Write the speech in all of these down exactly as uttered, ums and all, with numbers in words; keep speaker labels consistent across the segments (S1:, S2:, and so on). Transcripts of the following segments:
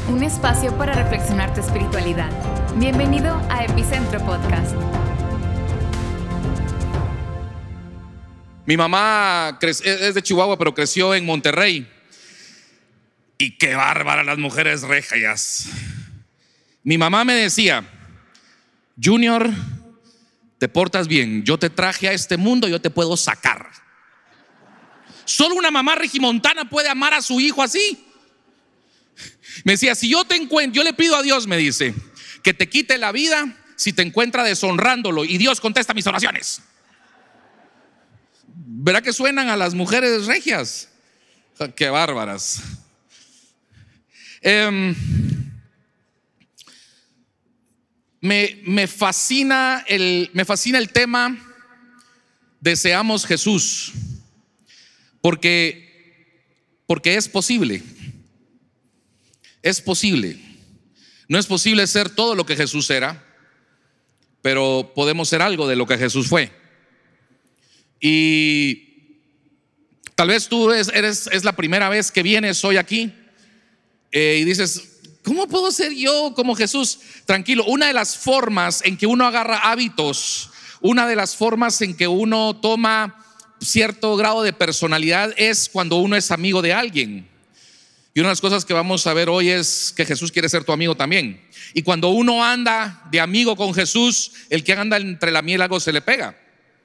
S1: un espacio para reflexionar tu espiritualidad. Bienvenido a Epicentro Podcast.
S2: Mi mamá es de Chihuahua, pero creció en Monterrey. Y qué bárbara las mujeres regias. Mi mamá me decía: Junior, te portas bien, yo te traje a este mundo, yo te puedo sacar. Solo una mamá regimontana puede amar a su hijo así. Me decía: si yo te encuentro, yo le pido a Dios, me dice, que te quite la vida si te encuentra deshonrándolo, y Dios contesta mis oraciones. ¿Verdad que suenan a las mujeres regias? Qué bárbaras. eh, me, me fascina el, me fascina el tema Deseamos Jesús, porque, porque es posible. Es posible. No es posible ser todo lo que Jesús era, pero podemos ser algo de lo que Jesús fue. Y tal vez tú eres, eres es la primera vez que vienes hoy aquí eh, y dices: ¿cómo puedo ser yo como Jesús? Tranquilo, una de las formas en que uno agarra hábitos, una de las formas en que uno toma cierto grado de personalidad es cuando uno es amigo de alguien. Y una de las cosas que vamos a ver hoy es que Jesús quiere ser tu amigo también. Y cuando uno anda de amigo con Jesús, el que anda entre la miel algo se le pega.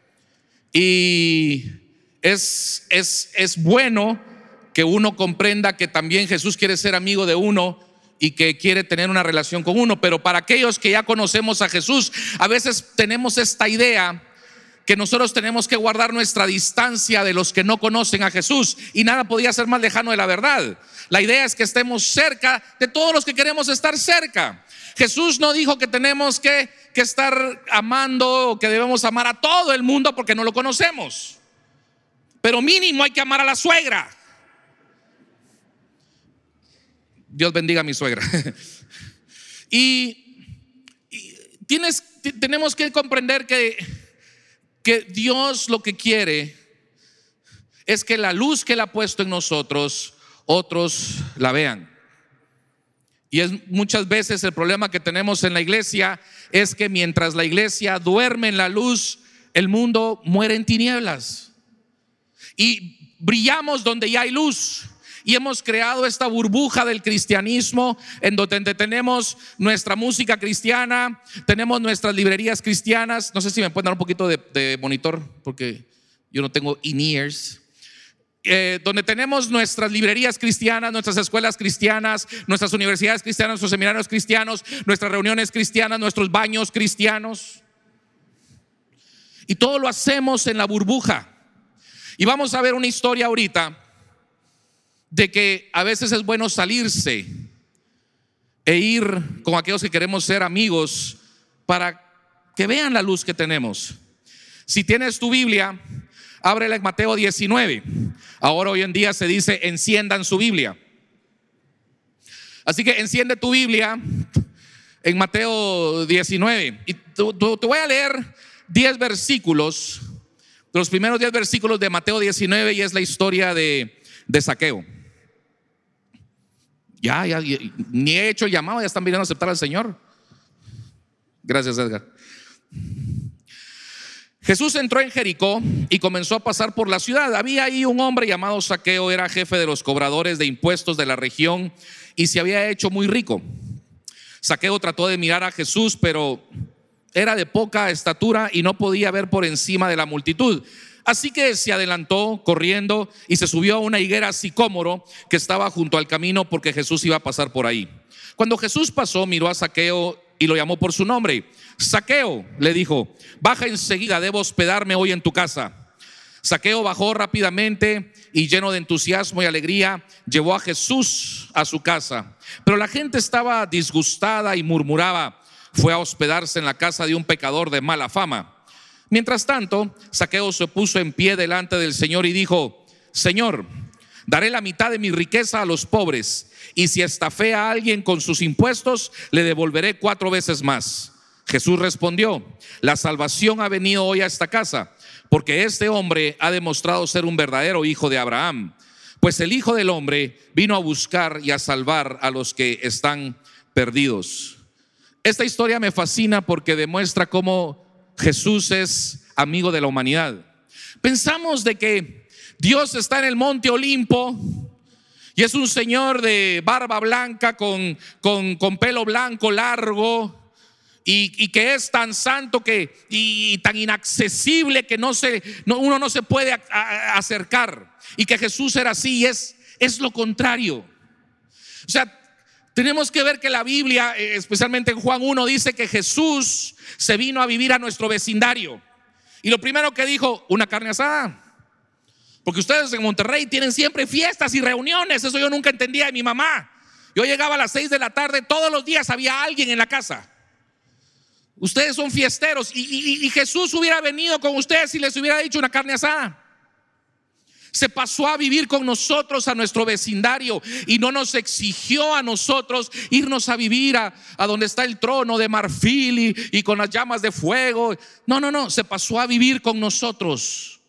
S2: Y es, es, es bueno que uno comprenda que también Jesús quiere ser amigo de uno y que quiere tener una relación con uno. Pero para aquellos que ya conocemos a Jesús, a veces tenemos esta idea que nosotros tenemos que guardar nuestra distancia de los que no conocen a Jesús, y nada podía ser más lejano de la verdad. La idea es que estemos cerca de todos los que queremos estar cerca. Jesús no dijo que tenemos que, que estar amando o que debemos amar a todo el mundo porque no lo conocemos, pero mínimo hay que amar a la suegra. Dios bendiga a mi suegra. y, y tienes, t- tenemos que comprender que que Dios lo que quiere es que la luz que Él ha puesto en nosotros, otros la vean. Y es muchas veces el problema que tenemos en la iglesia es que mientras la iglesia duerme en la luz, el mundo muere en tinieblas. Y brillamos donde ya hay luz. Y hemos creado esta burbuja del cristianismo en donde tenemos nuestra música cristiana, tenemos nuestras librerías cristianas. No sé si me pueden dar un poquito de, de monitor porque yo no tengo in-ears. Eh, donde tenemos nuestras librerías cristianas, nuestras escuelas cristianas, nuestras universidades cristianas, nuestros seminarios cristianos, nuestras reuniones cristianas, nuestros baños cristianos. Y todo lo hacemos en la burbuja. Y vamos a ver una historia ahorita de que a veces es bueno salirse e ir con aquellos que queremos ser amigos para que vean la luz que tenemos. Si tienes tu Biblia, ábrela en Mateo diecinueve. Ahora hoy en día se dice: enciendan su Biblia. Así que enciende tu Biblia en Mateo diecinueve. Y te voy a leer diez versículos, los primeros diez versículos de Mateo diecinueve, y es la historia de, de Zaqueo. Ya, ya, ya, ni he hecho el llamado, ya están viniendo a aceptar al Señor. Gracias, Edgar. Jesús entró en Jericó y comenzó a pasar por la ciudad. Había ahí un hombre llamado Zaqueo, era jefe de los cobradores de impuestos de la región y se había hecho muy rico. Zaqueo trató de mirar a Jesús, pero era de poca estatura y no podía ver por encima de la multitud. Así que se adelantó corriendo y se subió a una higuera sicómoro que estaba junto al camino, porque Jesús iba a pasar por ahí. Cuando Jesús pasó, miró a Zaqueo y lo llamó por su nombre. Zaqueo, le dijo, baja enseguida, debo hospedarme hoy en tu casa. Zaqueo bajó rápidamente y, lleno de entusiasmo y alegría, llevó a Jesús a su casa. Pero la gente estaba disgustada y murmuraba: fue a hospedarse en la casa de un pecador de mala fama. Mientras tanto, Zaqueo se puso en pie delante del Señor y dijo: Señor, daré la mitad de mi riqueza a los pobres, y si estafé a alguien con sus impuestos, le devolveré cuatro veces más. Jesús respondió: la salvación ha venido hoy a esta casa, porque este hombre ha demostrado ser un verdadero hijo de Abraham. pues el Hijo del Hombre vino a buscar y a salvar a los que están perdidos. Esta historia me fascina porque demuestra cómo Jesús es amigo de la humanidad. Pensamos de que Dios está en el monte Olimpo y es un señor de barba blanca con, con, con pelo blanco largo y, y que es tan santo que, y, y tan inaccesible que no se, no, uno no se puede a, a, acercar, y que Jesús era así. Y es, es lo contrario. O sea, tenemos que ver que la Biblia, especialmente en Juan uno, dice que Jesús se vino a vivir a nuestro vecindario. Y lo primero que dijo, una carne asada. Porque ustedes en Monterrey tienen siempre fiestas y reuniones. Eso yo nunca entendía de mi mamá. Yo llegaba a las seis de la tarde, todos los días había alguien en la casa. Ustedes son fiesteros. Y, y, y Jesús hubiera venido con ustedes y les hubiera dicho una carne asada. Se pasó a vivir con nosotros a nuestro vecindario y no nos exigió a nosotros irnos a vivir a, a donde está el trono de marfil y, y con las llamas de fuego. No, no, no, se pasó a vivir con nosotros.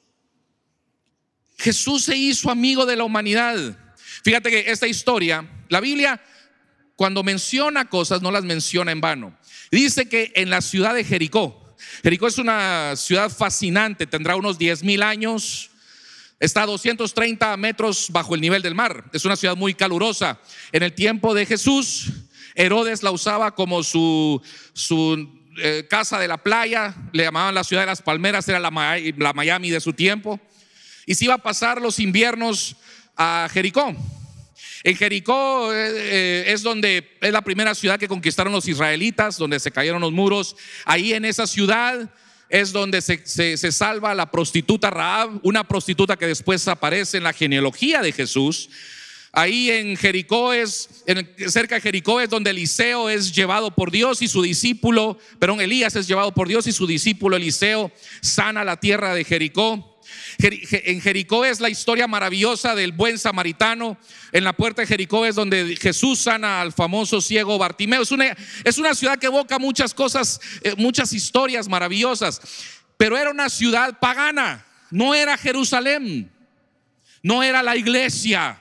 S2: Jesús se hizo amigo de la humanidad. Fíjate que esta historia, la Biblia, cuando menciona cosas, no las menciona en vano. Dice que en la ciudad de Jericó, Jericó es una ciudad fascinante, tendrá unos diez mil años. Está a doscientos treinta metros bajo el nivel del mar. Es una ciudad muy calurosa. En el tiempo de Jesús, Herodes la usaba como su, su eh, casa de la playa. Le llamaban la ciudad de las palmeras, era la, la Miami de su tiempo. Y se iba a pasar los inviernos a Jericó. En Jericó eh, eh, es donde es la primera ciudad que conquistaron los israelitas, donde se cayeron los muros. Ahí en esa ciudad es donde se, se, se salva la prostituta Rahab, una prostituta que después aparece en la genealogía de Jesús. Ahí en Jericó es, en, cerca de Jericó es donde Eliseo es llevado por Dios y su discípulo, perdón, Elías es llevado por Dios y su discípulo Eliseo sana la tierra de Jericó. En Jericó es la historia maravillosa del buen samaritano. En la puerta de Jericó es donde Jesús sana al famoso ciego Bartimeo. Es una, es una ciudad que evoca muchas cosas, eh, muchas historias maravillosas. Pero era una ciudad pagana. No era Jerusalén. No era la iglesia.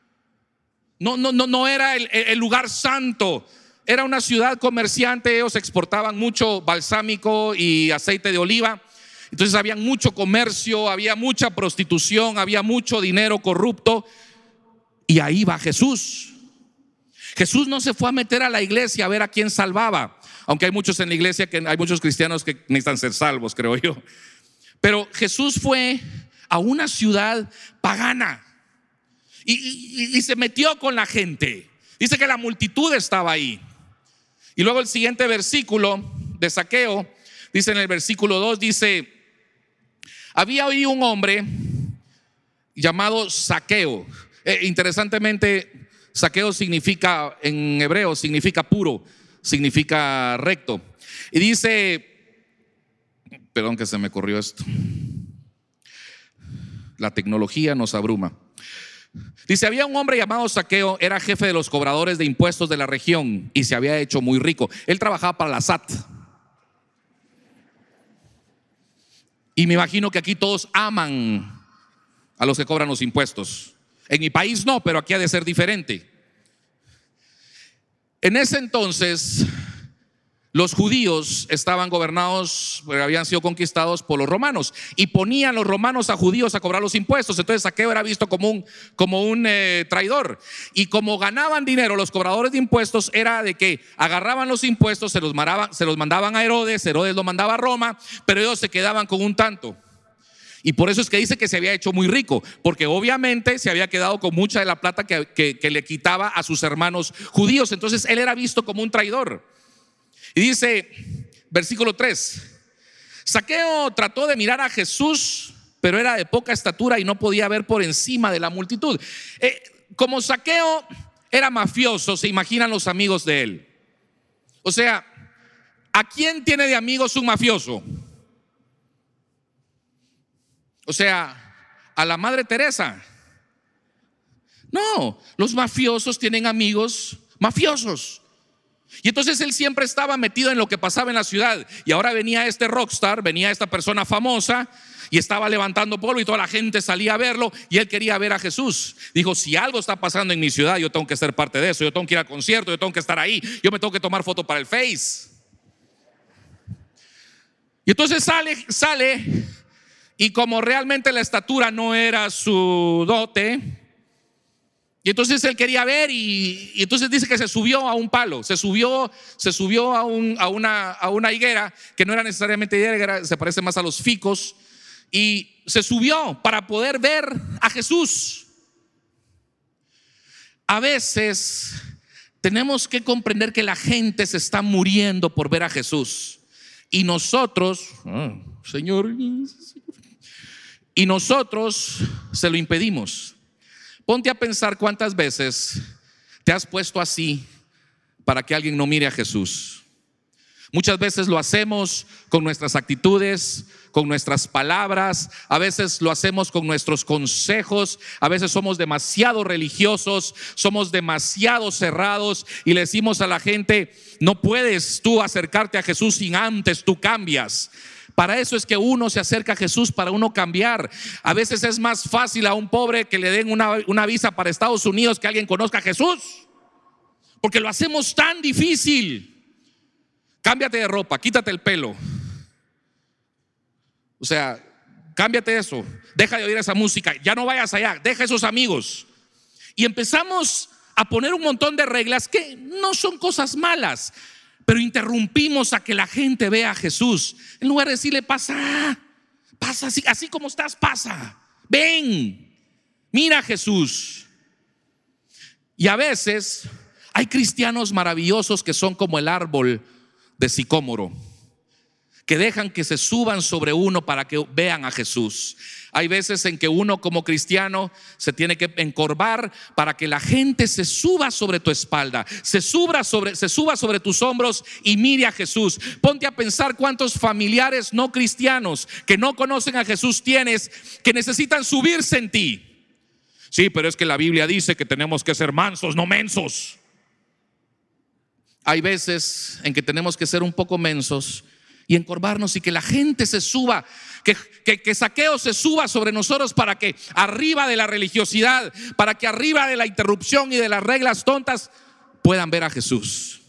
S2: No, no, no, no era el, el lugar santo. Era una ciudad comerciante. Ellos exportaban mucho balsámico y aceite de oliva. Entonces había mucho comercio, había mucha prostitución, había mucho dinero corrupto. Y ahí va Jesús. Jesús no se fue a meter a la iglesia a ver a quién salvaba. Aunque hay muchos en la iglesia, que hay muchos cristianos que necesitan ser salvos, creo yo. Pero Jesús fue a una ciudad pagana y, y, y se metió con la gente. Dice que la multitud estaba ahí. Y luego el siguiente versículo de Zaqueo, dice en el versículo dos, dice: había hoy un hombre llamado Zaqueo. Eh, interesantemente, Zaqueo significa, en hebreo, significa puro, significa recto. Y dice, perdón que se me corrió esto, la tecnología nos abruma. Dice, había un hombre llamado Zaqueo, era jefe de los cobradores de impuestos de la región y se había hecho muy rico. Él trabajaba para la S A T. Y me imagino que aquí todos aman a los que cobran los impuestos. En mi país no, pero aquí ha de ser diferente. En ese entonces, los judíos estaban gobernados, habían sido conquistados por los romanos y ponían los romanos a judíos a cobrar los impuestos. Entonces Zaqueo era visto como un, como un eh, traidor. Y como ganaban dinero los cobradores de impuestos, era de que agarraban los impuestos, se los, mandaban, se los mandaban a Herodes, Herodes los mandaba a Roma, pero ellos se quedaban con un tanto. Y por eso es que dice que se había hecho muy rico, porque obviamente se había quedado con mucha de la plata que, que, que le quitaba a sus hermanos judíos. Entonces él era visto como un traidor. Y dice, versículo tres: Zaqueo trató de mirar a Jesús, pero era de poca estatura y no podía ver por encima de la multitud. Eh, como Zaqueo era mafioso, se imaginan los amigos de él. O sea, ¿a quién tiene de amigos un mafioso? O sea, a la Madre Teresa. No, los mafiosos tienen amigos mafiosos. Y entonces él siempre estaba metido en lo que pasaba en la ciudad. Y ahora venía este rockstar, venía esta persona famosa y estaba levantando polvo y toda la gente salía a verlo y él quería ver a Jesús. Dijo, si algo está pasando en mi ciudad, yo tengo que ser parte de eso. Yo tengo que ir al concierto, yo tengo que estar ahí, yo me tengo que tomar foto para el Face. Y entonces sale, sale y como realmente la estatura no era su dote, y entonces él quería ver y, y entonces dice que se subió a un palo, se subió, se subió a, un, a, una, a una higuera, que no era necesariamente higuera, se parece más a los ficus, y se subió para poder ver a Jesús. A veces tenemos que comprender que la gente se está muriendo por ver a Jesús y nosotros, oh, Señor, y nosotros se lo impedimos. Ponte a pensar cuántas veces te has puesto así para que alguien no mire a Jesús. Muchas veces lo hacemos con nuestras actitudes, con nuestras palabras, a veces lo hacemos con nuestros consejos, a veces somos demasiado religiosos, somos demasiado cerrados y le decimos a la gente, no puedes tú acercarte a Jesús sin antes tú cambias. Para eso es que uno se acerca a Jesús, para uno cambiar. A veces es más fácil a un pobre que le den una, una visa para Estados Unidos que alguien conozca a Jesús, porque lo hacemos tan difícil. Cámbiate de ropa, quítate el pelo. O sea, cámbiate eso, deja de oír esa música, ya no vayas allá, deja esos amigos. Y empezamos a poner un montón de reglas que no son cosas malas, pero interrumpimos a que la gente vea a Jesús. En lugar de decirle, pasa, pasa así, así como estás, pasa, ven, mira a Jesús. Y a veces hay cristianos maravillosos que son como el árbol de sicómoro, que dejan que se suban sobre uno para que vean a Jesús. Hay veces en que uno como cristiano se tiene que encorvar para que la gente se suba sobre tu espalda, se suba sobre, se suba sobre tus hombros y mire a Jesús. Ponte a pensar cuántos familiares no cristianos que no conocen a Jesús tienes, que necesitan subirse en ti. Sí, pero es que la Biblia dice que tenemos que ser mansos, no mensos. Hay veces en que tenemos que ser un poco mensos y encorvarnos y que la gente se suba, que, que, que Zaqueo se suba sobre nosotros para que arriba de la religiosidad, para que arriba de la interrupción y de las reglas tontas puedan ver a Jesús.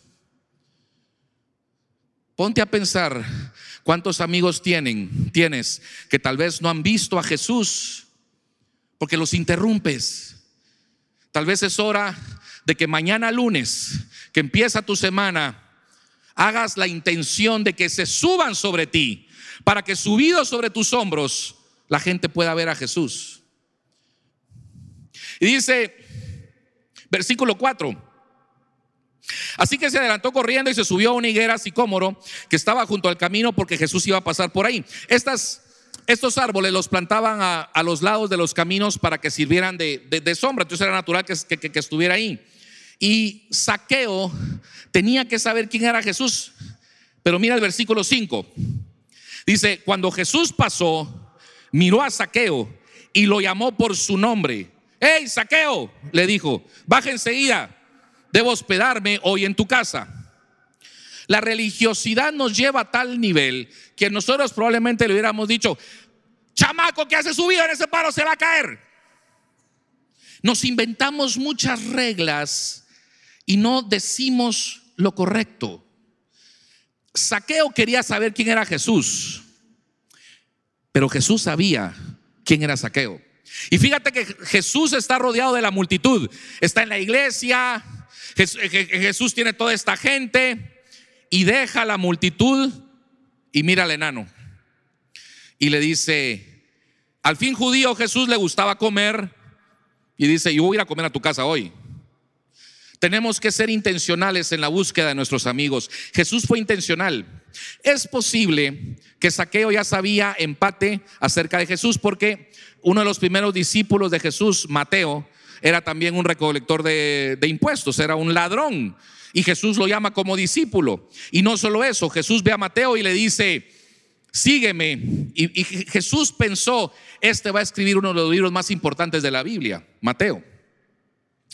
S2: Ponte a pensar cuántos amigos tienen, tienes que tal vez no han visto a Jesús porque los interrumpes. Tal vez es hora de que mañana lunes, que empieza tu semana, hagas la intención de que se suban sobre ti, para que subidos sobre tus hombros la gente pueda ver a Jesús. Y dice versículo cuatro: así que se adelantó corriendo y se subió a una higuera sicómoro que estaba junto al camino, porque Jesús iba a pasar por ahí. Estas, estos árboles los plantaban a, a los lados de los caminos para que sirvieran de, de, de sombra. Entonces era natural que, que, que estuviera ahí. Y Zaqueo tenía que saber quién era Jesús. Pero mira el versículo cinco. Dice, cuando Jesús pasó, miró a Zaqueo y lo llamó por su nombre. Hey, Zaqueo, le dijo, baja enseguida, debo hospedarme hoy en tu casa. La religiosidad nos lleva a tal nivel que nosotros probablemente le hubiéramos dicho, chamaco, que hace subido en ese palo, se va a caer. Nos inventamos muchas reglas y no decimos lo correcto. Zaqueo quería saber quién era Jesús, pero Jesús sabía quién era Zaqueo. Y fíjate que Jesús está rodeado de la multitud, está en la iglesia, Jesús tiene toda esta gente y deja la multitud y mira al enano y le dice, al fin judío, Jesús le gustaba comer y dice, yo voy a ir a comer a tu casa hoy. Tenemos que ser intencionales en la búsqueda de nuestros amigos. Jesús fue intencional. Es posible que Zaqueo ya sabía en parte acerca de Jesús, porque uno de los primeros discípulos de Jesús, Mateo, era también un recolector de, de impuestos, era un ladrón, y Jesús lo llama como discípulo. Y no solo eso, Jesús ve a Mateo y le dice, sígueme. Y, y Jesús pensó, este va a escribir uno de los libros más importantes de la Biblia, Mateo.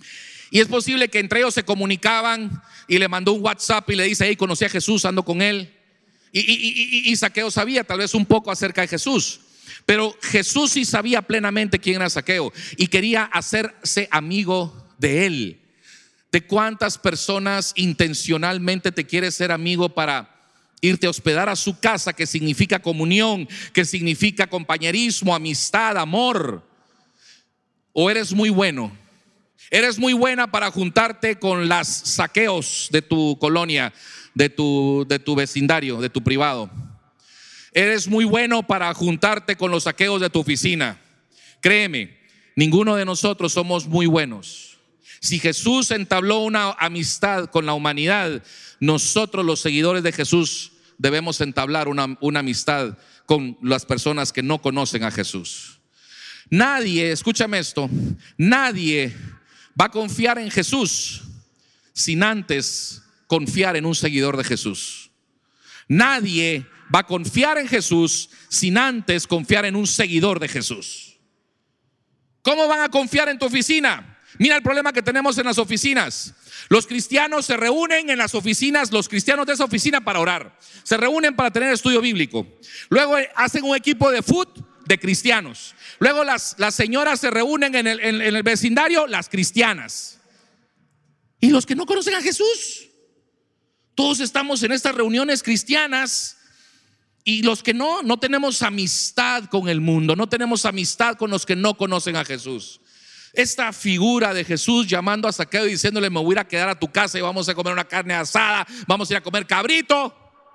S2: Y es posible que entre ellos se comunicaban y le mandó un WhatsApp y le dice: hey, conocí a Jesús, ando con él. Y, y, y, y Zaqueo sabía tal vez un poco acerca de Jesús, pero Jesús sí sabía plenamente quién era Zaqueo y quería hacerse amigo de él. ¿De cuántas personas intencionalmente te quieres ser amigo para irte a hospedar a su casa, que significa comunión, que significa compañerismo, amistad, amor? ¿O eres muy bueno? Eres muy buena para juntarte con las Zaqueos de tu colonia, de tu, de tu vecindario, de tu privado. Eres muy bueno para juntarte con los Zaqueos de tu oficina. Créeme, ninguno de nosotros somos muy buenos. Si Jesús entabló una amistad con la humanidad, nosotros los seguidores de Jesús debemos entablar una, una amistad con las personas que no conocen a Jesús. Nadie, escúchame esto, nadie va a confiar en Jesús sin antes confiar en un seguidor de Jesús. Nadie va a confiar en Jesús sin antes confiar en un seguidor de Jesús. ¿Cómo van a confiar en tu oficina? Mira el problema que tenemos en las oficinas. Los cristianos se reúnen en las oficinas, los cristianos de esa oficina, para orar. Se reúnen para tener estudio bíblico. Luego hacen un equipo de fútbol de cristianos. Luego las, las señoras se reúnen en el, en, en el vecindario, las cristianas. Y los que no conocen a Jesús, todos estamos en estas reuniones cristianas. Y los que no, no tenemos amistad con el mundo, no tenemos amistad con los que no conocen a Jesús. Esta figura de Jesús llamando a Zaqueo y diciéndole: me voy a ir a quedar a tu casa y vamos a comer una carne asada, vamos a ir a comer cabrito.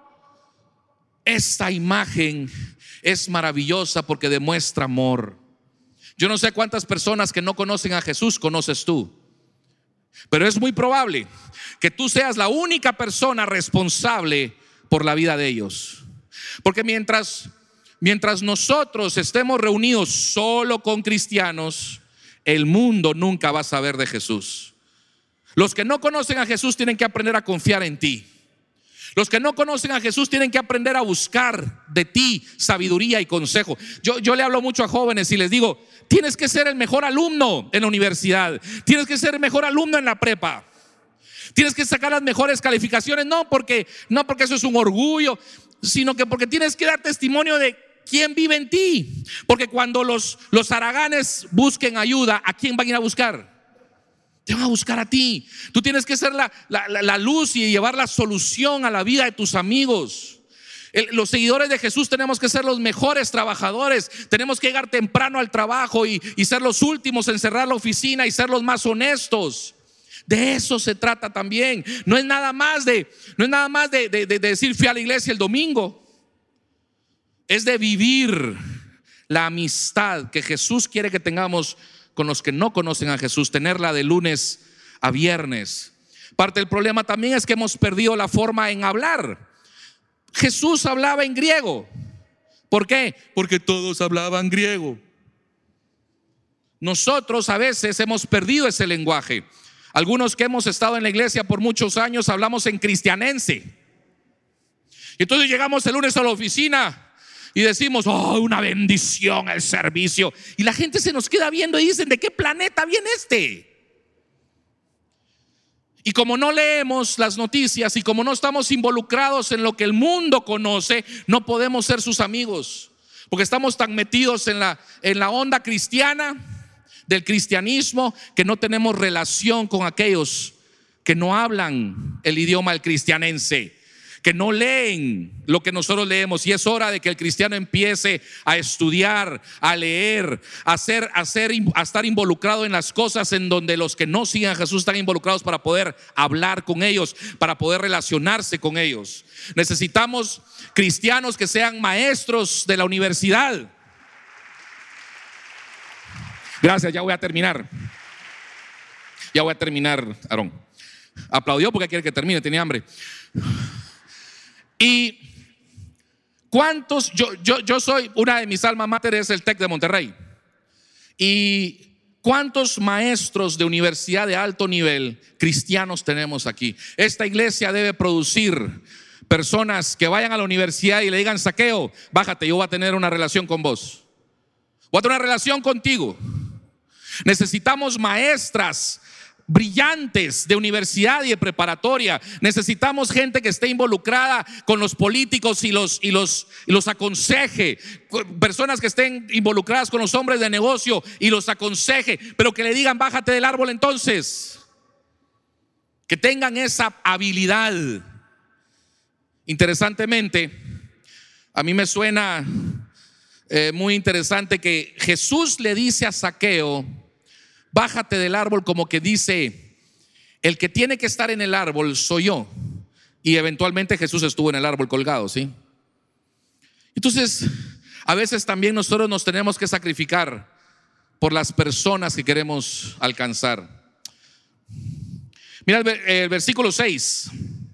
S2: Esta imagen es maravillosa porque demuestra amor. Yo no sé cuántas personas que no conocen a Jesús conoces tú, pero es muy probable que tú seas la única persona responsable por la vida de ellos. Porque mientras, mientras nosotros estemos reunidos solo con cristianos, el mundo nunca va a saber de Jesús. Los que no conocen a Jesús tienen que aprender a confiar en ti. Los que no conocen a Jesús tienen que aprender a buscar de ti sabiduría y consejo. Yo, yo le hablo mucho a jóvenes y les digo: tienes que ser el mejor alumno en la universidad, tienes que ser el mejor alumno en la prepa, tienes que sacar las mejores calificaciones. No porque, no porque eso es un orgullo, sino que porque tienes que dar testimonio de quién vive en ti. Porque cuando los, los haraganes busquen ayuda, ¿a quién van a ir a buscar? Te van a buscar a ti. Tú tienes que ser la, la, la luz y llevar la solución a la vida de tus amigos. El, los seguidores de Jesús tenemos que ser los mejores trabajadores. Tenemos que llegar temprano al trabajo y, y ser los últimos en cerrar la oficina y ser los más honestos. De eso se trata también. No es nada más de, no es nada más de, de, de decir fui a la iglesia el domingo. Es de vivir la amistad que Jesús quiere que tengamos con los que no conocen a Jesús, tenerla de lunes a viernes. Parte del problema también es que hemos perdido la forma en hablar. Jesús hablaba en griego. ¿Por qué? Porque todos hablaban griego. Nosotros a veces hemos perdido ese lenguaje. Algunos que hemos estado en la iglesia por muchos años hablamos en cristianense. Y entonces llegamos el lunes a la oficina y decimos: oh, una bendición el servicio. Y la gente se nos queda viendo y dicen: ¿de qué planeta viene este? Y como no leemos las noticias y como no estamos involucrados en lo que el mundo conoce, no podemos ser sus amigos. Porque estamos tan metidos en la, en la onda cristiana, del cristianismo, que no tenemos relación con aquellos que no hablan el idioma del cristianense, que no leen lo que nosotros leemos. Y es hora de que el cristiano empiece a estudiar, a leer, a, hacer, a, hacer, a estar involucrado en las cosas en donde los que no siguen a Jesús están involucrados, para poder hablar con ellos, para poder relacionarse con ellos. Necesitamos cristianos que sean maestros de la universidad. Gracias, ya voy a terminar. Ya voy a terminar, Aarón. Aplaudió porque quiere que termine, tenía hambre. Y cuántos, yo, yo, yo soy, una de mis alma mater es el TEC de Monterrey. Y cuántos maestros de universidad de alto nivel cristianos tenemos aquí. Esta iglesia debe producir personas que vayan a la universidad y le digan: Zaqueo, bájate, yo voy a tener una relación con vos, voy a tener una relación contigo. Necesitamos maestras brillantes de universidad y de preparatoria. Necesitamos gente que esté involucrada con los políticos y los, y los, y los aconseje. Personas que estén involucradas con los hombres de negocio y los aconseje, pero que le digan: bájate del árbol entonces. Que tengan esa habilidad. Interesantemente, a mí me suena eh, muy interesante que Jesús le dice a Zaqueo: bájate del árbol, como que dice: el que tiene que estar en el árbol soy yo. Y eventualmente Jesús estuvo en el árbol colgado, ¿sí? Entonces, a veces también nosotros nos tenemos que sacrificar por las personas que queremos alcanzar. Mira el, el versículo seis.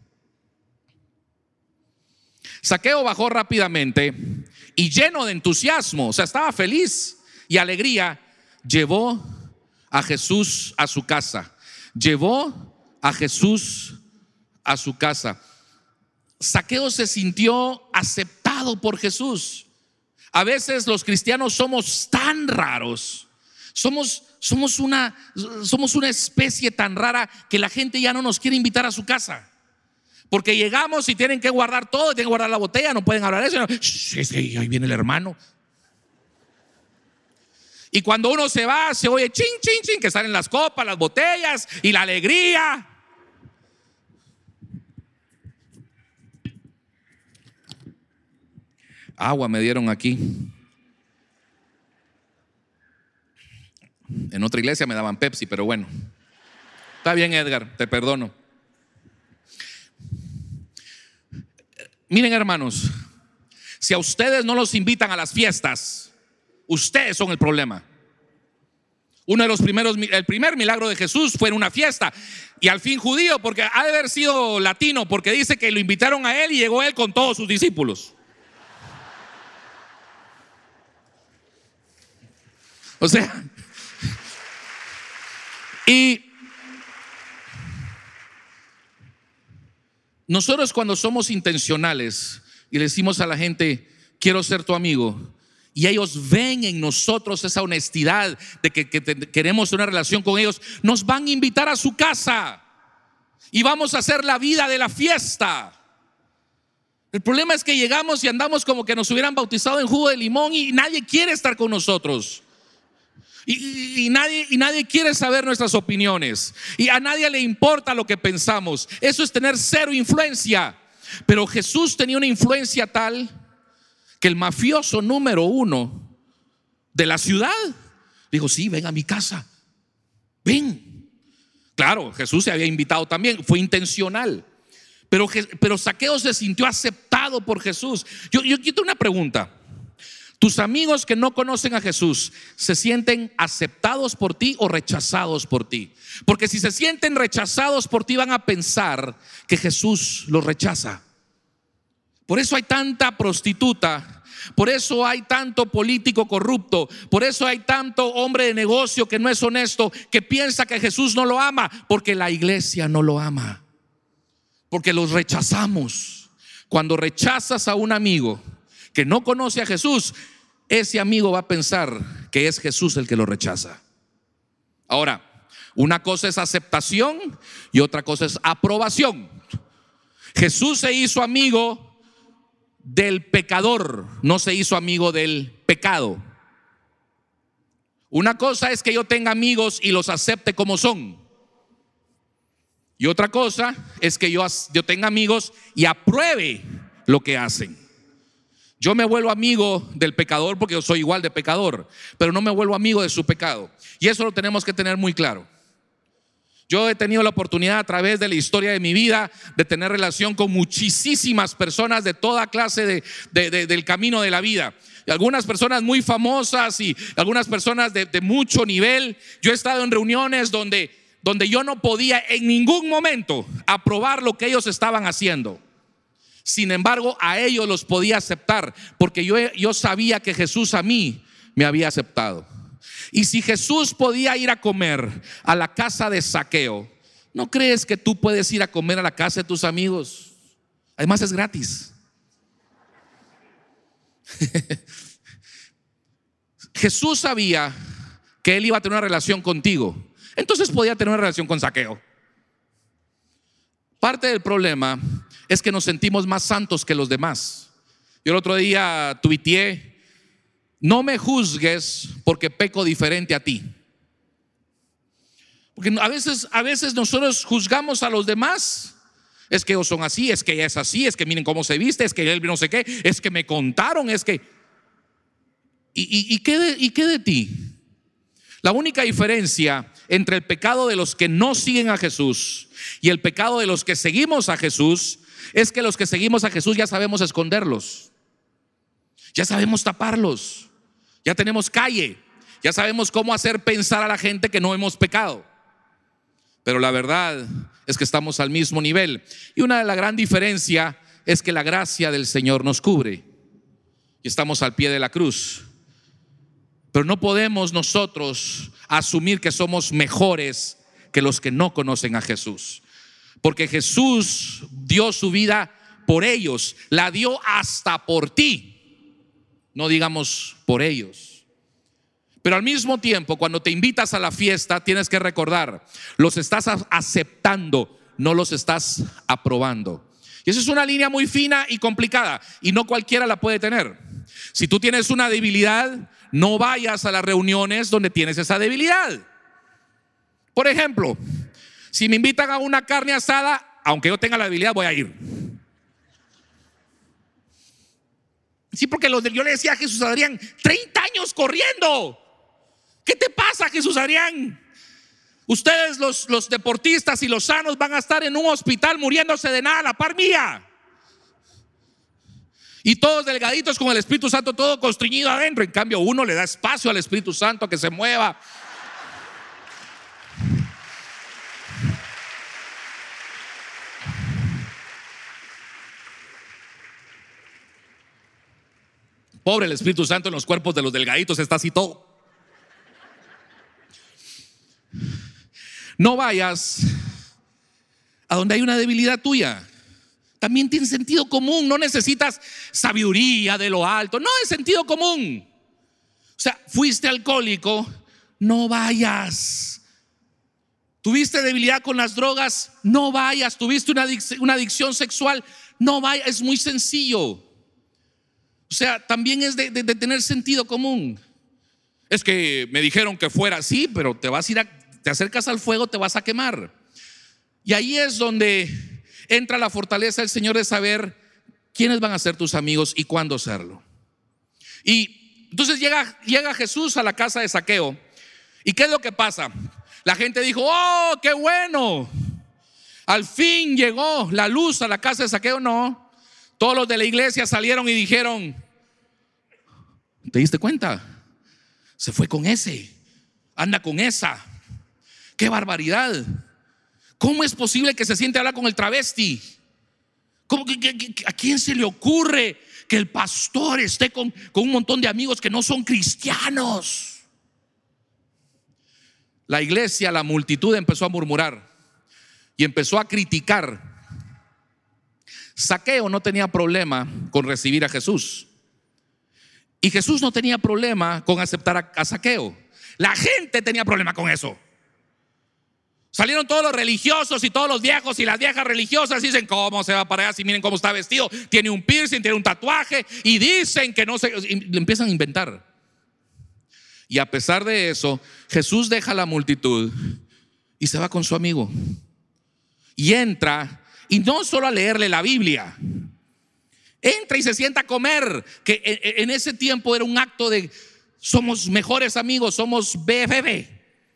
S2: Zaqueo bajó rápidamente y, lleno de entusiasmo, o sea, estaba feliz y alegría, llevó a Jesús a su casa. Llevó a Jesús a su casa. Zaqueo se sintió aceptado por Jesús. A veces los cristianos somos tan raros. Somos, somos, una, somos una especie tan rara que la gente ya no nos quiere invitar a su casa. Porque llegamos y tienen que guardar todo, tienen que guardar la botella, no pueden hablar eso. No. Shh, ahí viene el hermano. Y cuando uno se va, se oye chin, chin, chin, que salen las copas, las botellas y la alegría. Agua me dieron aquí. En otra iglesia me daban Pepsi, pero bueno. Está bien, Edgar, te perdono. Miren, hermanos, si a ustedes no los invitan a las fiestas, ustedes son el problema. Uno de los primeros, el primer milagro de Jesús fue en una fiesta, y al fin judío, porque ha de haber sido latino, porque dice que lo invitaron a él y llegó él con todos sus discípulos. O sea, y nosotros, cuando somos intencionales y le decimos a la gente: quiero ser tu amigo, y ellos ven en nosotros esa honestidad de que, que te, queremos una relación con ellos, nos van a invitar a su casa y vamos a hacer la vida de la fiesta. El problema es que llegamos y andamos como que nos hubieran bautizado en jugo de limón, y nadie quiere estar con nosotros. Y, y, y, nadie, y nadie quiere saber nuestras opiniones, y a nadie le importa lo que pensamos. Eso es tener cero influencia. Pero Jesús tenía una influencia tal que el mafioso número uno de la ciudad dijo: sí, ven a mi casa, ven. Claro, Jesús se había invitado también, fue intencional. Pero, pero Zaqueo se sintió aceptado por Jesús. Yo, yo quiero una pregunta. ¿Tus amigos que no conocen a Jesús se sienten aceptados por ti o rechazados por ti? Porque si se sienten rechazados por ti, van a pensar que Jesús los rechaza. Por eso hay tanta prostituta, por eso hay tanto político corrupto, por eso hay tanto hombre de negocio que no es honesto, que piensa que Jesús no lo ama, porque la iglesia no lo ama, porque los rechazamos. Cuando rechazas a un amigo que no conoce a Jesús, ese amigo va a pensar que es Jesús el que lo rechaza. Ahora, una cosa es aceptación y otra cosa es aprobación. Jesús se hizo amigo del pecador, no se hizo amigo del pecado. Una cosa es que yo tenga amigos y los acepte como son, y otra cosa es que yo, yo tenga amigos y apruebe lo que hacen. Yo me vuelvo amigo del pecador porque yo soy igual de pecador, pero no me vuelvo amigo de su pecado. Y eso lo tenemos que tener muy claro. Yo he tenido la oportunidad a través de la historia de mi vida de tener relación con muchísimas personas de toda clase de, de, de, del camino de la vida. Y algunas personas muy famosas y algunas personas de, de mucho nivel. Yo he estado en reuniones donde, donde yo no podía en ningún momento aprobar lo que ellos estaban haciendo. Sin embargo, a ellos los podía aceptar, porque yo, yo sabía que Jesús a mí me había aceptado. Y si Jesús podía ir a comer a la casa de Zaqueo, ¿no crees que tú puedes ir a comer a la casa de tus amigos? Además es gratis. Jesús sabía que Él iba a tener una relación contigo. Entonces podía tener una relación con Zaqueo. Parte del problema es que nos sentimos más santos que los demás. Yo el otro día tuiteé: no me juzgues porque peco diferente a ti. Porque a veces, a veces nosotros juzgamos a los demás. Es que ellos son así, es que ella es así, es que miren cómo se viste, es que él no sé qué, es que me contaron, es que... ¿Y, y, y, qué de, ¿Y qué de ti? La única diferencia entre el pecado de los que no siguen a Jesús y el pecado de los que seguimos a Jesús es que los que seguimos a Jesús ya sabemos esconderlos, ya sabemos taparlos, ya tenemos calle, ya sabemos cómo hacer pensar a la gente que no hemos pecado. Pero la verdad es que estamos al mismo nivel. Y una de las gran diferencias es que la gracia del Señor nos cubre y estamos al pie de la cruz. Pero no podemos nosotros asumir que somos mejores que los que no conocen a Jesús, porque Jesús dio su vida por ellos, la dio hasta por ti, no digamos por ellos. Pero al mismo tiempo, cuando te invitas a la fiesta, tienes que recordar: los estás aceptando, no los estás aprobando. Y esa es una línea muy fina y complicada, y no cualquiera la puede tener. Si tú tienes una debilidad, no vayas a las reuniones donde tienes esa debilidad. Por ejemplo, si me invitan a una carne asada, aunque yo tenga la debilidad, voy a ir. Sí, porque los de, yo le decía a Jesús Adrián: treinta años corriendo. ¿Qué te pasa, Jesús Adrián? Ustedes los, los deportistas y los sanos van a estar en un hospital muriéndose de nada a la par mía. Y todos delgaditos con el Espíritu Santo todo constriñido adentro. En cambio uno le da espacio al Espíritu Santo que se mueva. Pobre el Espíritu Santo en los cuerpos de los delgaditos, está así todo. No vayas a donde hay una debilidad tuya. También tiene sentido común. No necesitas sabiduría de lo alto. No, es sentido común. O sea, fuiste alcohólico, no vayas. Tuviste debilidad con las drogas, no vayas. Tuviste una adicción, una adicción sexual, no vayas. Es muy sencillo. O sea, también es de, de, de tener sentido común. Es que me dijeron que fuera así, pero te vas a ir a, te acercas al fuego, te vas a quemar. Y ahí es donde entra la fortaleza del Señor de saber quiénes van a ser tus amigos y cuándo serlo. Y entonces llega, llega Jesús a la casa de Zaqueo. ¿Y qué es lo que pasa? La gente dijo: oh, qué bueno, al fin llegó la luz a la casa de Zaqueo. No, todos los de la iglesia salieron y dijeron: ¿te diste cuenta? Se fue con ese, anda con esa. ¡Qué barbaridad! ¿Cómo es posible que se siente a hablar con el travesti? ¿Cómo, que, que, ¿A quién se le ocurre que el pastor esté con, con un montón de amigos que no son cristianos? La iglesia, la multitud empezó a murmurar y empezó a criticar. Zaqueo no tenía problema con recibir a Jesús, y Jesús no tenía problema con aceptar a, a Zaqueo. La gente tenía problema con eso. Salieron todos los religiosos y todos los viejos y las viejas religiosas y dicen: ¿cómo se va para allá si miren cómo está vestido? Tiene un piercing, tiene un tatuaje, y dicen que no se... Y le empiezan a inventar. Y a pesar de eso, Jesús deja la multitud y se va con su amigo. Y entra, y no solo a leerle la Biblia, entra y se sienta a comer, que en ese tiempo era un acto de: somos mejores amigos, somos B F B.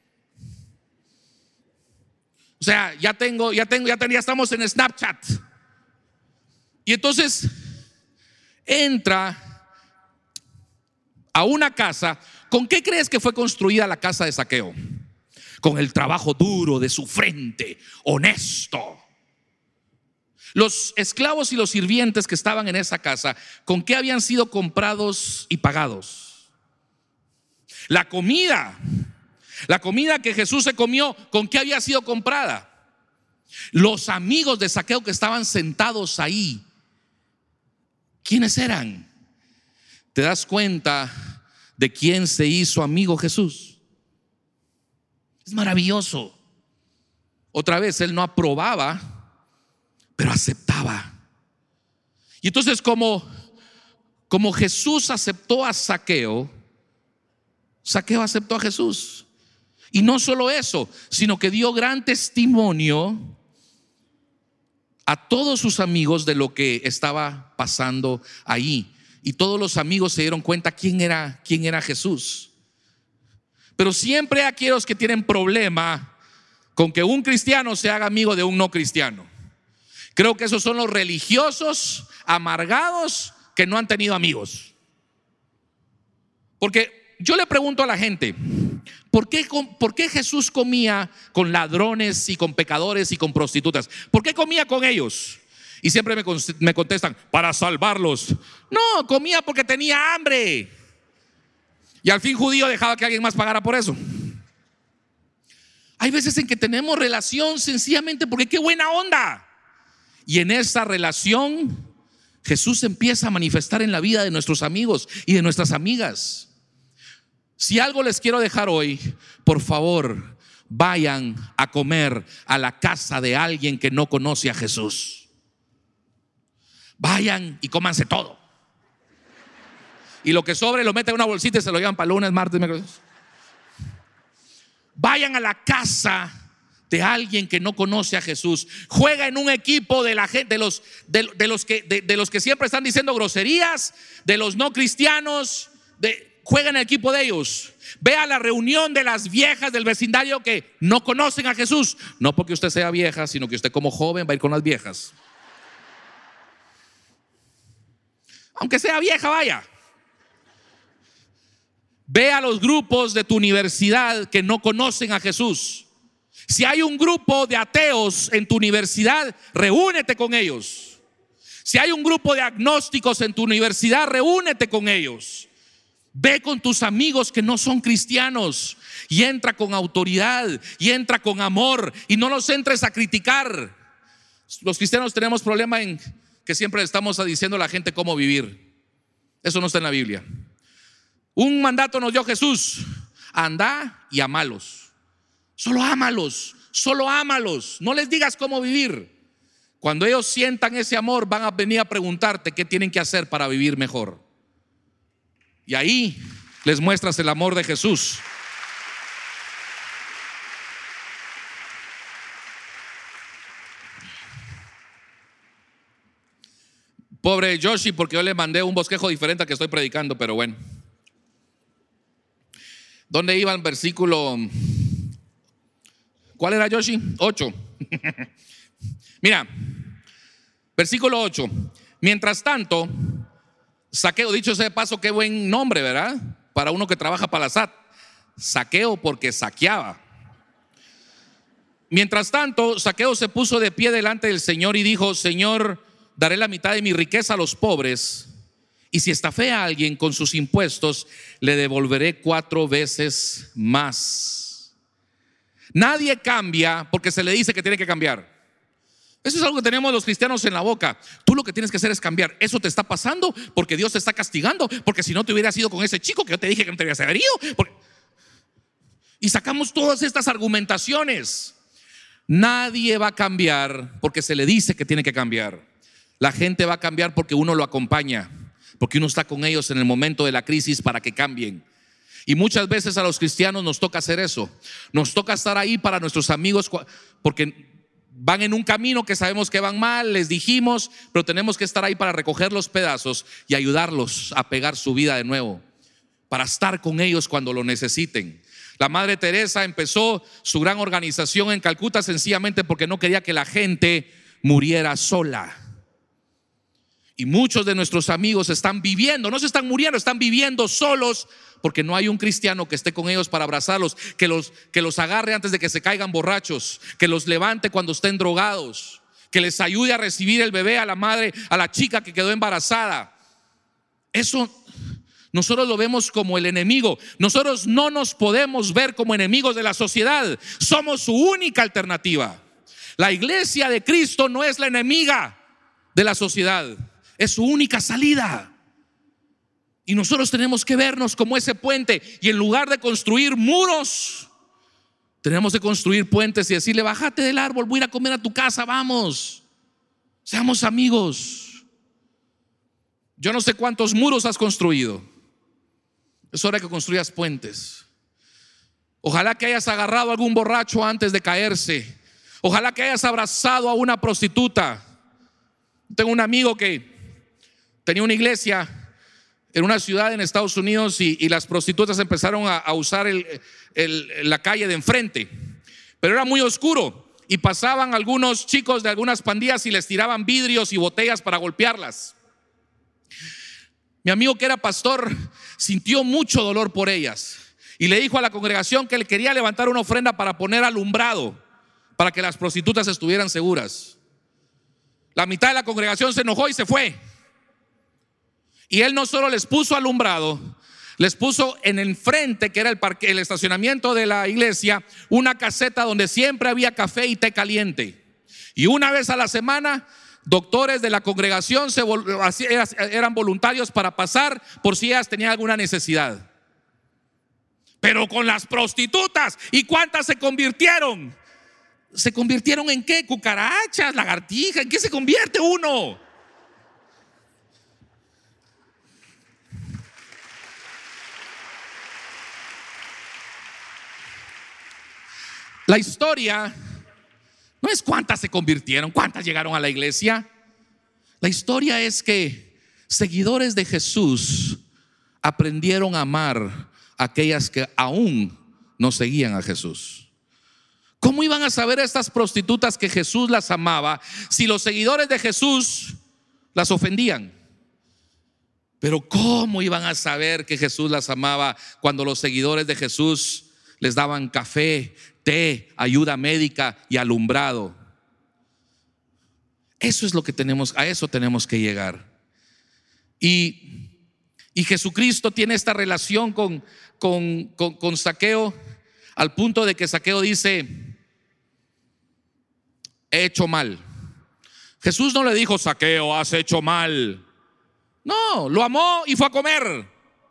S2: O sea, ya tengo, ya tengo, ya, ten, ya estamos en Snapchat. Y entonces entra a una casa. ¿Con qué crees que fue construida la casa de Zaqueo? Con el trabajo duro de su frente, honesto. Los esclavos y los sirvientes que estaban en esa casa, ¿con qué habían sido comprados y pagados? La comida, la comida que Jesús se comió, ¿con qué había sido comprada? Los amigos de Zaqueo que estaban sentados ahí, ¿quiénes eran? ¿Te das cuenta de quién se hizo amigo Jesús? Es maravilloso. Otra vez, él no aprobaba, pero aceptaba. Y entonces como, como Jesús aceptó a Zaqueo, Zaqueo aceptó a Jesús. Y no solo eso, sino que dio gran testimonio a todos sus amigos de lo que estaba pasando ahí. Y todos los amigos se dieron cuenta quién era, quién era Jesús. Pero siempre hay aquellos que tienen problema con que un cristiano se haga amigo de un no cristiano. Creo que esos son los religiosos amargados que no han tenido amigos. Porque yo le pregunto a la gente, ¿por qué, ¿por qué Jesús comía con ladrones y con pecadores y con prostitutas? ¿Por qué comía con ellos? Y siempre me, me contestan, para salvarlos. No, comía porque tenía hambre. Y al fin judío dejaba que alguien más pagara por eso. Hay veces en que tenemos relación sencillamente porque qué buena onda. Y en esa relación Jesús empieza a manifestar en la vida de nuestros amigos y de nuestras amigas. Si algo les quiero dejar hoy, por favor, vayan a comer a la casa de alguien que no conoce a Jesús. Vayan y cómanse todo. Y lo que sobre lo meten en una bolsita y se lo llevan para lunes, martes, miércoles. Vayan a la casa de alguien que no conoce a Jesús. Juega en un equipo de la gente, de los, de, de los que, de, de los que siempre están diciendo groserías, de los no cristianos. De, juega en el equipo de ellos. Ve a la reunión de las viejas del vecindario que no conocen a Jesús. No porque usted sea vieja, sino que usted como joven va a ir con las viejas. Aunque sea vieja, vaya. Ve a los grupos de tu universidad que no conocen a Jesús. Si hay un grupo de ateos en tu universidad, reúnete con ellos. Si hay un grupo de agnósticos en tu universidad, reúnete con ellos. Ve con tus amigos que no son cristianos y entra con autoridad y entra con amor y no los entres a criticar. Los cristianos tenemos problema en que siempre estamos diciendo a la gente cómo vivir. Eso no está en la Biblia. Un mandato nos dio Jesús: anda y amalos. Solo ámalos, solo ámalos. No les digas cómo vivir. Cuando ellos sientan ese amor, van a venir a preguntarte qué tienen que hacer para vivir mejor. Y ahí les muestras el amor de Jesús. Pobre Joshi, porque yo le mandé un bosquejo diferente al que estoy predicando, pero bueno. ¿Dónde iba el versículo? ¿Cuál era, Joshi? ocho. Mira, versículo ocho. Mientras tanto, Zaqueo, dicho sea de paso, qué buen nombre, ¿verdad? Para uno que trabaja para la S A T. Zaqueo, porque saqueaba. Mientras tanto, Zaqueo se puso de pie delante del Señor y dijo: Señor, daré la mitad de mi riqueza a los pobres, y si estafé a alguien con sus impuestos, le devolveré cuatro veces más. Nadie cambia porque se le dice que tiene que cambiar. Eso es algo que tenemos los cristianos en la boca. Tú lo que tienes que hacer es cambiar. Eso te está pasando porque Dios te está castigando, porque si no te hubieras ido con ese chico que yo te dije que no te hubieras haber ido. Porque... Y sacamos todas estas argumentaciones. Nadie va a cambiar porque se le dice que tiene que cambiar. La gente va a cambiar porque uno lo acompaña, porque uno está con ellos en el momento de la crisis para que cambien. Y muchas veces a los cristianos nos toca hacer eso. Nos toca estar ahí para nuestros amigos porque van en un camino que sabemos que van mal, les dijimos, pero tenemos que estar ahí para recoger los pedazos y ayudarlos a pegar su vida de nuevo, para estar con ellos cuando lo necesiten. La Madre Teresa empezó su gran organización en Calcuta sencillamente porque no quería que la gente muriera sola. Y muchos de nuestros amigos están viviendo, no se están muriendo, están viviendo solos porque no hay un cristiano que esté con ellos para abrazarlos, que los, que los agarre antes de que se caigan borrachos, que los levante cuando estén drogados, que les ayude a recibir el bebé, a la madre, a la chica que quedó embarazada. Eso nosotros lo vemos como el enemigo. Nosotros no nos podemos ver como enemigos de la sociedad. Somos su única alternativa. La iglesia de Cristo no es la enemiga de la sociedad, es su única salida. Y nosotros tenemos que vernos como ese puente y en lugar de construir muros, Tenemos que construir puentes y decirle: bájate del árbol, voy a ir a comer a tu casa, vamos. Seamos amigos. Yo no sé cuántos muros has construido. Es hora que construyas puentes. Ojalá que hayas agarrado a algún borracho antes de caerse. Ojalá que hayas abrazado a una prostituta. Tengo un amigo que tenía una iglesia en una ciudad en Estados Unidos y, y las prostitutas empezaron a, a usar el, el, la calle de enfrente, pero era muy oscuro y pasaban algunos chicos de algunas pandillas y les tiraban vidrios y botellas para golpearlas. Mi amigo, que era pastor, sintió mucho dolor por ellas y le dijo a la congregación que él quería levantar una ofrenda para poner alumbrado para que las prostitutas estuvieran seguras. La mitad de la congregación se enojó y se fue. Y él no solo les puso alumbrado, les puso en el frente, que era el parque, el estacionamiento de la iglesia, una caseta donde siempre había café y té caliente. Y una vez a la semana, doctores de la congregación se eran voluntarios para pasar por si ellas tenían alguna necesidad. Pero con las prostitutas, ¿y cuántas se convirtieron? ¿Se convirtieron en qué? Cucarachas, lagartijas. ¿En qué se convierte uno? La historia no es cuántas se convirtieron, cuántas llegaron a la iglesia. La historia es que seguidores de Jesús aprendieron a amar a aquellas que aún no seguían a Jesús. ¿Cómo iban a saber estas prostitutas que Jesús las amaba si los seguidores de Jesús las ofendían? Pero ¿cómo iban a saber que Jesús las amaba cuando los seguidores de Jesús les daban café, té, ayuda médica y alumbrado? Eso es lo que tenemos, a eso tenemos que llegar. Y, y Jesucristo tiene esta relación con, con, con, con Zaqueo, al punto de que Zaqueo dice: he hecho mal. Jesús no le dijo: Zaqueo, has hecho mal. No, lo amó y fue a comer.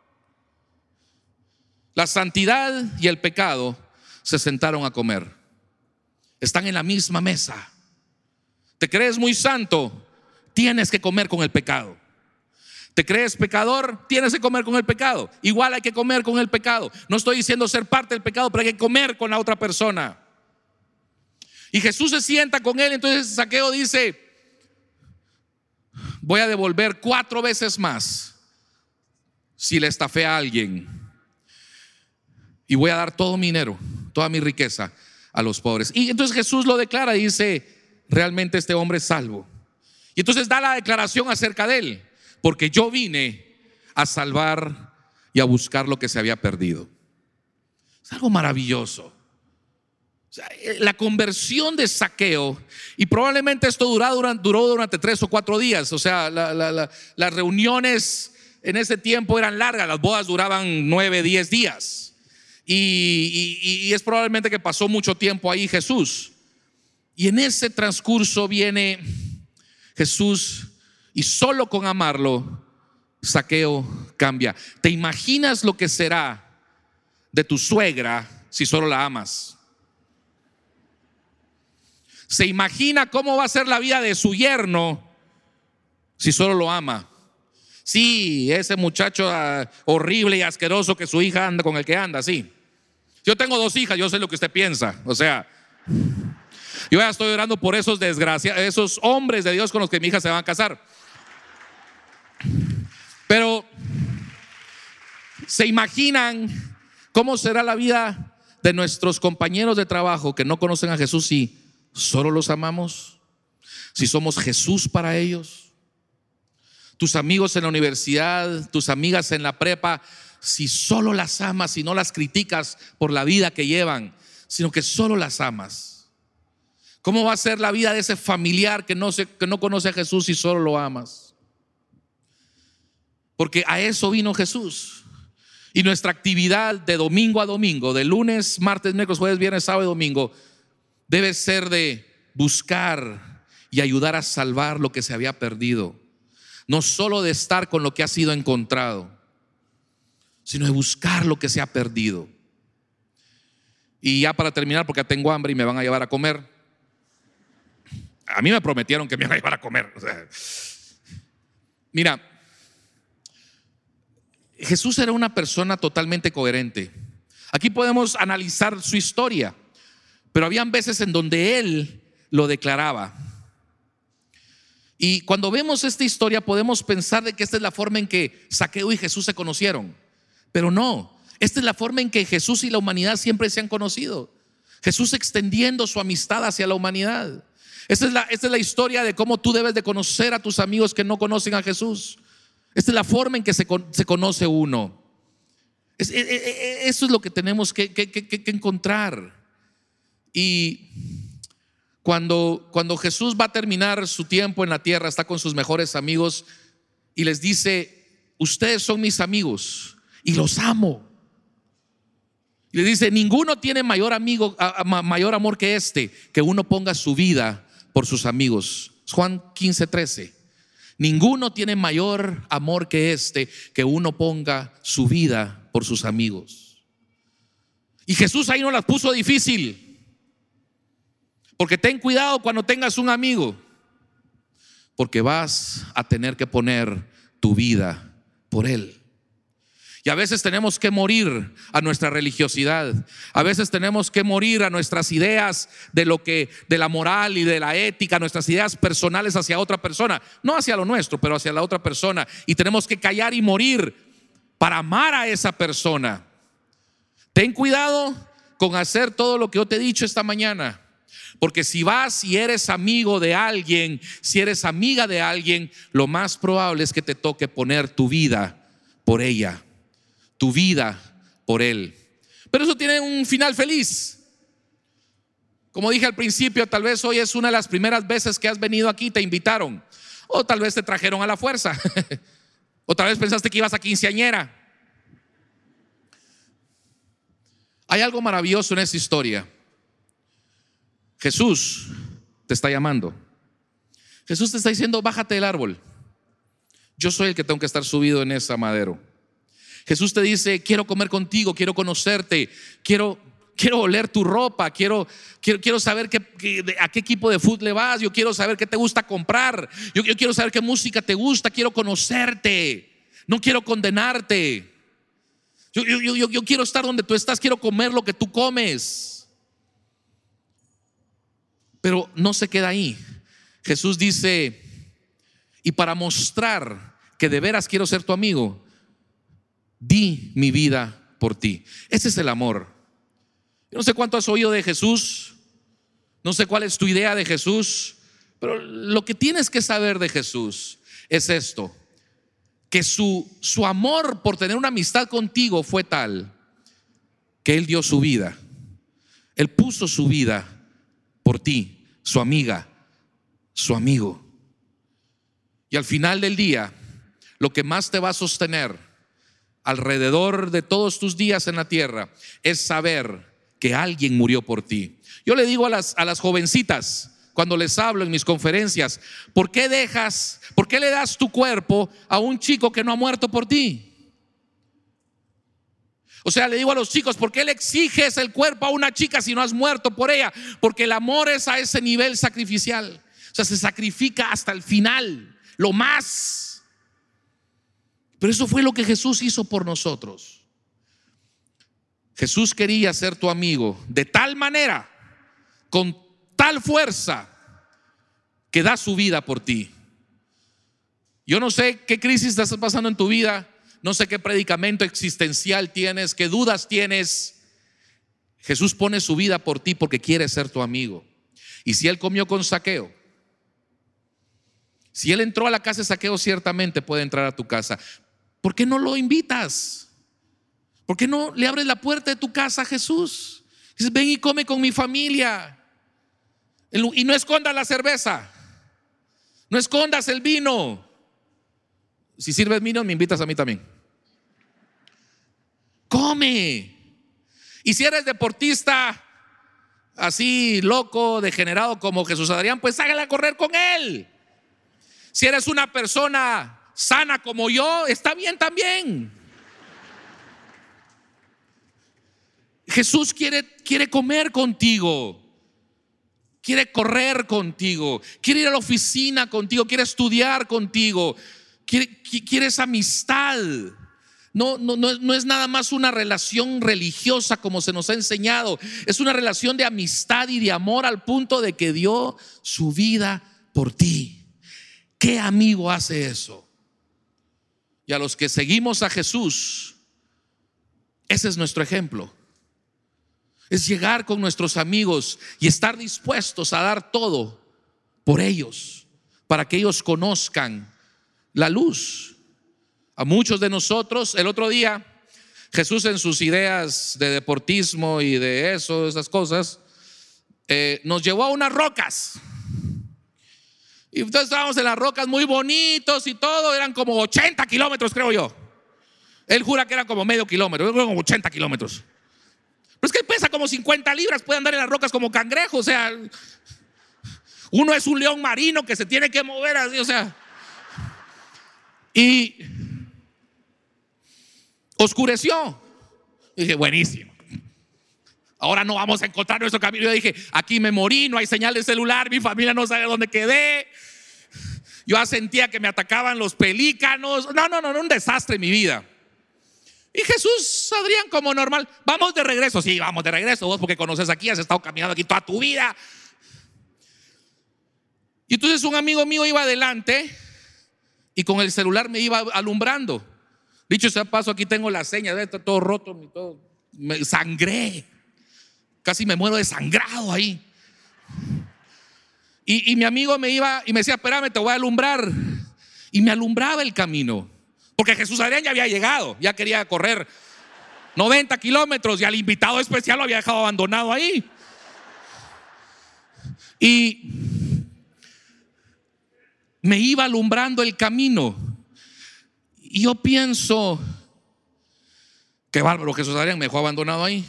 S2: La santidad y el pecado se sentaron a comer. Están en la misma mesa. ¿Te crees muy santo? Tienes que comer con el pecado. ¿Te crees pecador? Tienes que comer con el pecado. Igual hay que comer con el pecado. No estoy diciendo ser parte del pecado, pero hay que comer con la otra persona. Y Jesús se sienta con él. Entonces Zaqueo dice: voy a devolver cuatro veces más si le estafé a alguien, y voy a dar todo mi dinero, toda mi riqueza a los pobres. Y entonces Jesús lo declara y dice: realmente este hombre es salvo. Y entonces da la declaración acerca de él: porque yo vine a salvar y a buscar lo que se había perdido. Es algo maravilloso. O sea, la conversión de Zaqueo, y probablemente esto duró durante, duró durante tres o cuatro días. O sea, la, la, la, las reuniones en ese tiempo eran largas, las bodas duraban nueve, diez días. Y, y, y es probablemente que pasó mucho tiempo ahí Jesús. Y en ese transcurso viene Jesús, y solo con amarlo, Zaqueo cambia. ¿Te imaginas lo que será de tu suegra si solo la amas? ¿Se imagina cómo va a ser la vida de su yerno si solo lo ama? Sí, ese muchacho uh, horrible y asqueroso que su hija anda con el que anda, sí. Yo tengo dos hijas, yo sé lo que usted piensa. O sea, yo ya estoy orando por esos desgraciados, esos hombres de Dios con los que mi hija se va a casar. Pero ¿se imaginan cómo será la vida de nuestros compañeros de trabajo que no conocen a Jesús si solo los amamos? Si somos Jesús para ellos. Tus amigos en la universidad, tus amigas en la prepa, si solo las amas y no las criticas por la vida que llevan, sino que solo las amas. ¿Cómo va a ser la vida de ese familiar que no, se, que no conoce a Jesús si solo lo amas? Porque a eso vino Jesús. Y nuestra actividad de domingo a domingo, de lunes, martes, miércoles, jueves, viernes, sábado y domingo, debe ser de buscar y ayudar a salvar lo que se había perdido. No solo de estar con lo que ha sido encontrado, sino de buscar lo que se ha perdido. Y ya para terminar, porque ya tengo hambre y me van a llevar a comer. A mí me prometieron que me iban a llevar a comer. O sea, mira, Jesús era una persona totalmente coherente. Aquí podemos analizar su historia, pero habían veces en donde Él lo declaraba. Y cuando vemos esta historia podemos pensar de que esta es la forma en que Zaqueo y Jesús se conocieron. Pero no, esta es la forma en que Jesús y la humanidad siempre se han conocido. Jesús extendiendo su amistad hacia la humanidad. Esta es la, esta es la historia de cómo tú debes de conocer a tus amigos que no conocen a Jesús. Esta es la forma en que se, se conoce uno. Es, es, es, eso es lo que tenemos que, que, que, que encontrar. Y cuando, cuando Jesús va a terminar su tiempo en la tierra, está con sus mejores amigos y les dice: ustedes son mis amigos y los amo. Y le dice: ninguno tiene mayor amigo, mayor amor que este, que uno ponga su vida por sus amigos. Juan quince, trece. Ninguno tiene mayor amor que este, que uno ponga su vida por sus amigos. Y Jesús ahí no las puso difícil, porque ten cuidado cuando tengas un amigo, porque vas a tener que poner tu vida por él. Y a veces tenemos que morir a nuestra religiosidad. A veces tenemos que morir a nuestras ideas de lo que, de la moral y de la ética, nuestras ideas personales hacia otra persona, no hacia lo nuestro, pero hacia la otra persona. Y tenemos que callar y morir para amar a esa persona. Ten cuidado con hacer todo lo que yo te he dicho esta mañana, porque si vas y eres amigo de alguien, si eres amiga de alguien, lo más probable es que te toque poner tu vida por ella, tu vida por él. Pero eso tiene un final feliz. Como dije al principio, tal vez hoy es una de las primeras veces que has venido aquí, te invitaron, o tal vez te trajeron a la fuerza, o tal vez pensaste que ibas a quinceañera. Hay algo maravilloso en esta historia. Jesús te está llamando. Jesús te está diciendo: bájate del árbol. Yo soy el que tengo que estar subido en ese madero. Jesús te dice: quiero comer contigo, quiero conocerte, quiero, quiero oler tu ropa, quiero, quiero, quiero saber qué, qué, a qué equipo de fútbol le vas, yo quiero saber qué te gusta comprar, yo, yo quiero saber qué música te gusta, quiero conocerte, no quiero condenarte. Yo, yo, yo, yo quiero estar donde tú estás, quiero comer lo que tú comes. Pero no se queda ahí. Jesús dice: y para mostrar que de veras quiero ser tu amigo, di mi vida por ti. Ese es el amor. Yo no sé cuánto has oído de Jesús, no sé cuál es tu idea de Jesús, pero lo que tienes que saber de Jesús es esto: que su, su amor por tener una amistad contigo fue tal que Él dio su vida. Él puso su vida por ti, su amiga, su amigo. Y al final del día, lo que más te va a sostener alrededor de todos tus días en la tierra es saber que alguien murió por ti. Yo le digo a las, a las jovencitas cuando les hablo en mis conferencias: ¿por qué dejas, por qué le das tu cuerpo a un chico que no ha muerto por ti? O sea, le digo a los chicos: ¿por qué le exiges el cuerpo a una chica si no has muerto por ella? Porque el amor es a ese nivel sacrificial. O sea, se sacrifica hasta el final, lo más. Pero eso fue lo que Jesús hizo por nosotros. Jesús quería ser tu amigo de tal manera, con tal fuerza, que da su vida por ti. Yo no sé qué crisis estás pasando en tu vida, no sé qué predicamento existencial tienes, qué dudas tienes. Jesús pone su vida por ti porque quiere ser tu amigo. Y si Él comió con Zaqueo, si Él entró a la casa de Zaqueo, ciertamente puede entrar a tu casa. ¿Por qué no lo invitas? ¿Por qué no le abres la puerta de tu casa a Jesús? Dices: ven y come con mi familia. Y no escondas la cerveza, no escondas el vino. Si sirves vino, me invitas a mí también. Come. Y si eres deportista así loco, degenerado como Jesús Adrián, pues hágala correr con él. Si eres una persona sana como yo, está bien también. Jesús quiere, quiere comer contigo, quiere correr contigo, quiere ir a la oficina contigo, quiere estudiar contigo, quiere, quiere esa amistad. No, no, no, no es nada más una relación religiosa como se nos ha enseñado. Es una relación de amistad y de amor al punto de que dio su vida por ti. ¿Qué amigo hace eso? Y a los que seguimos a Jesús, ese es nuestro ejemplo. Es llegar con nuestros amigos y estar dispuestos a dar todo por ellos, para que ellos conozcan la luz. A muchos de nosotros, el otro día, Jesús en sus ideas de deportismo y de eso, esas cosas, eh, nos llevó a unas rocas. Y entonces estábamos en las rocas muy bonitos y todo, eran como ochenta kilómetros, creo yo. Él jura que eran como medio kilómetro, yo creo como ochenta kilómetros. Pero es que él pesa como cincuenta libras, puede andar en las rocas como cangrejo, o sea, uno es un león marino que se tiene que mover así, o sea. Y oscureció. Y dije, buenísimo. Ahora no vamos a encontrar nuestro camino. Yo dije, aquí me morí, no hay señal de celular, mi familia no sabe dónde quedé. Yo sentía que me atacaban los pelícanos. No, no, no, no, un desastre en mi vida. Y Jesús, Adrián, como normal, vamos de regreso. Sí, vamos de regreso, vos porque conoces aquí, has estado caminando aquí toda tu vida. Y entonces un amigo mío iba adelante y con el celular me iba alumbrando. Dicho sea paso, aquí tengo la seña, está todo roto, todo. Me sangré, casi me muero desangrado ahí. Y, y mi amigo me iba y me decía, espérame, te voy a alumbrar. Y me alumbraba el camino. Porque Jesús Adrián ya había llegado, ya quería correr noventa kilómetros y al invitado especial lo había dejado abandonado ahí. Y me iba alumbrando el camino. Y yo pienso, qué bárbaro, Jesús Adrián me dejó abandonado ahí.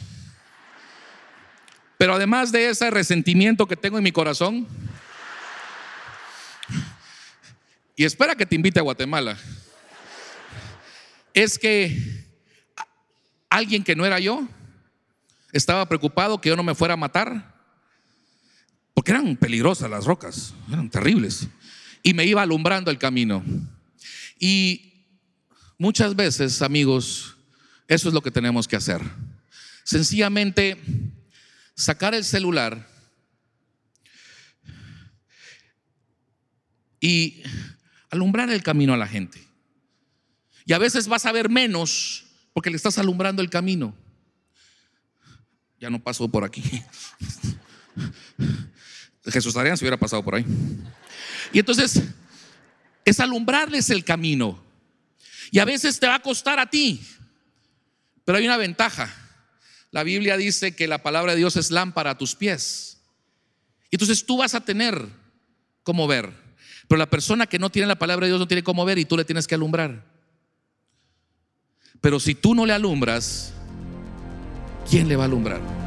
S2: Pero además de ese resentimiento que tengo en mi corazón, y espera que te invite a Guatemala, es que alguien que no era yo estaba preocupado que yo no me fuera a matar, porque eran peligrosas las rocas, eran terribles, y me iba alumbrando el camino. Y muchas veces, amigos, eso es lo que tenemos que hacer. Sencillamente sacar el celular y alumbrar el camino a la gente. Y a veces vas a ver menos porque le estás alumbrando el camino. Ya no pasó por aquí. Jesús Adrián se hubiera pasado por ahí. Y entonces es alumbrarles el camino. Y a veces te va a costar a ti, pero hay una ventaja. La Biblia dice que la palabra de Dios es lámpara a tus pies. Entonces tú vas a tener cómo ver, pero la persona que no tiene la palabra de Dios no tiene cómo ver y tú le tienes que alumbrar. Pero si tú no le alumbras, ¿quién le va a alumbrar?